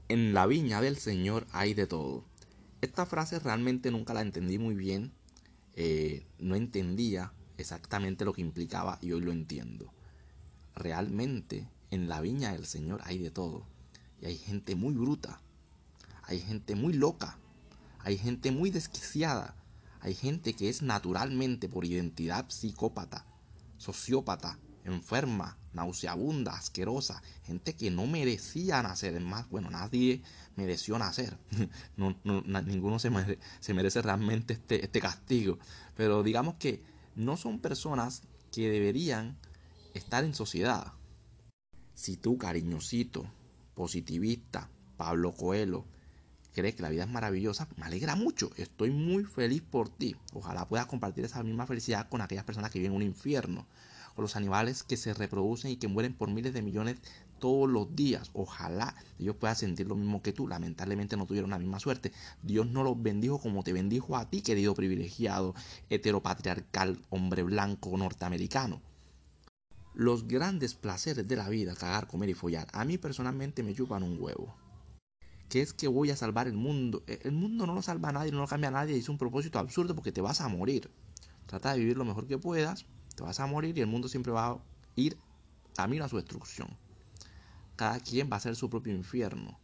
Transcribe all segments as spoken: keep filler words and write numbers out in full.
En la viña del Señor hay de todo. Esta frase realmente nunca la entendí muy bien. Eh, no entendía exactamente lo que implicaba y hoy lo entiendo. Realmente en la viña del Señor hay de todo. Y hay gente muy bruta. Hay gente muy loca. Hay gente muy desquiciada. Hay gente que es naturalmente por identidad psicópata, sociópata, enferma, nauseabunda, asquerosa, gente que no merecía nacer. Es más, bueno, nadie mereció nacer. No, no, na- ninguno se, mere- se merece realmente este, este castigo. Pero digamos que no son personas que deberían estar en sociedad. Si tú, cariñosito, positivista, Pablo Coelho, crees que la vida es maravillosa, me alegra mucho. Estoy muy feliz por ti. Ojalá puedas compartir esa misma felicidad con aquellas personas que viven en un infierno. Con los animales que se reproducen y que mueren por miles de millones todos los días. Ojalá ellos puedan sentir lo mismo que tú. Lamentablemente no tuvieron la misma suerte. Dios no los bendijo como te bendijo a ti, querido privilegiado, heteropatriarcal, hombre blanco norteamericano. Los grandes placeres de la vida, cagar, comer y follar, a mí personalmente me chupan un huevo. Que es que voy a salvar el mundo. El mundo no lo salva a nadie, no lo cambia a nadie. Es un propósito absurdo porque te vas a morir. Trata de vivir lo mejor que puedas. Te vas a morir y el mundo siempre va a ir camino a su destrucción. Cada quien va a hacer su propio infierno.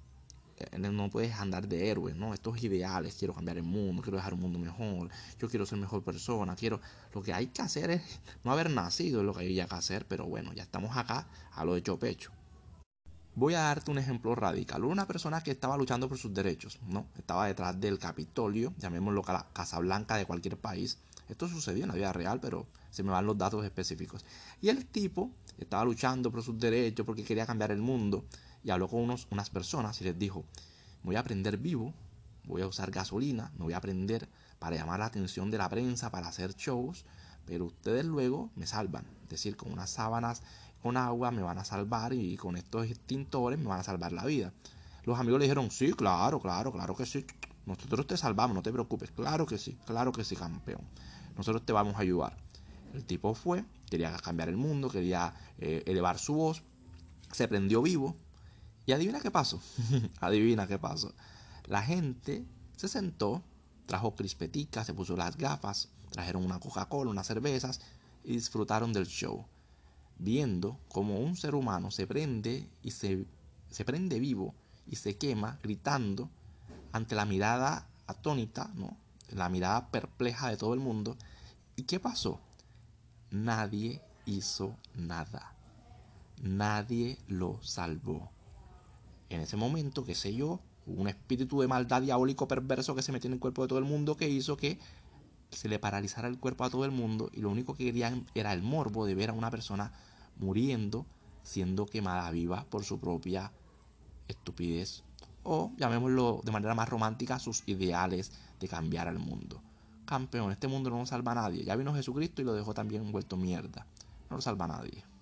No puedes andar de héroe, ¿no? Estos ideales, quiero cambiar el mundo, quiero dejar un mundo mejor, yo quiero ser mejor persona, quiero... Lo que hay que hacer es no haber nacido, es lo que había que hacer, pero bueno, ya estamos acá a lo hecho pecho. Voy a darte un ejemplo radical. Una persona que estaba luchando por sus derechos, ¿no? Estaba detrás del Capitolio, llamémoslo la Casa Blanca de cualquier país. Esto sucedió en la vida real, pero se me van los datos específicos. Y el tipo estaba luchando por sus derechos porque quería cambiar el mundo. Y habló con unos, unas personas y les dijo, voy a prender vivo, voy a usar gasolina, me voy a prender para llamar la atención de la prensa, para hacer shows, pero ustedes luego me salvan. Es decir, con unas sábanas con agua me van a salvar y con estos extintores me van a salvar la vida. Los amigos le dijeron, sí, claro, claro, claro que sí. Nosotros te salvamos, no te preocupes. Claro que sí, claro que sí, campeón. Nosotros te vamos a ayudar. El tipo fue, quería cambiar el mundo, quería eh, elevar su voz, se prendió vivo. Y adivina qué pasó. Adivina qué pasó. La gente se sentó, trajo crispeticas, se puso las gafas, trajeron una Coca-Cola, unas cervezas y disfrutaron del show viendo como un ser humano se prende y se, se prende vivo y se quema gritando ante la mirada atónita, ¿no? La mirada perpleja de todo el mundo. ¿Y qué pasó? Nadie hizo nada. Nadie lo salvó. En ese momento, qué sé yo, hubo un espíritu de maldad diabólico perverso que se metió en el cuerpo de todo el mundo que hizo que se le paralizara el cuerpo a todo el mundo y lo único que querían era el morbo de ver a una persona muriendo, siendo quemada viva por su propia estupidez o, llamémoslo de manera más romántica, sus ideales de cambiar al mundo. Campeón, este mundo no lo salva a nadie. Ya vino Jesucristo y lo dejó también vuelto mierda. No lo salva a nadie.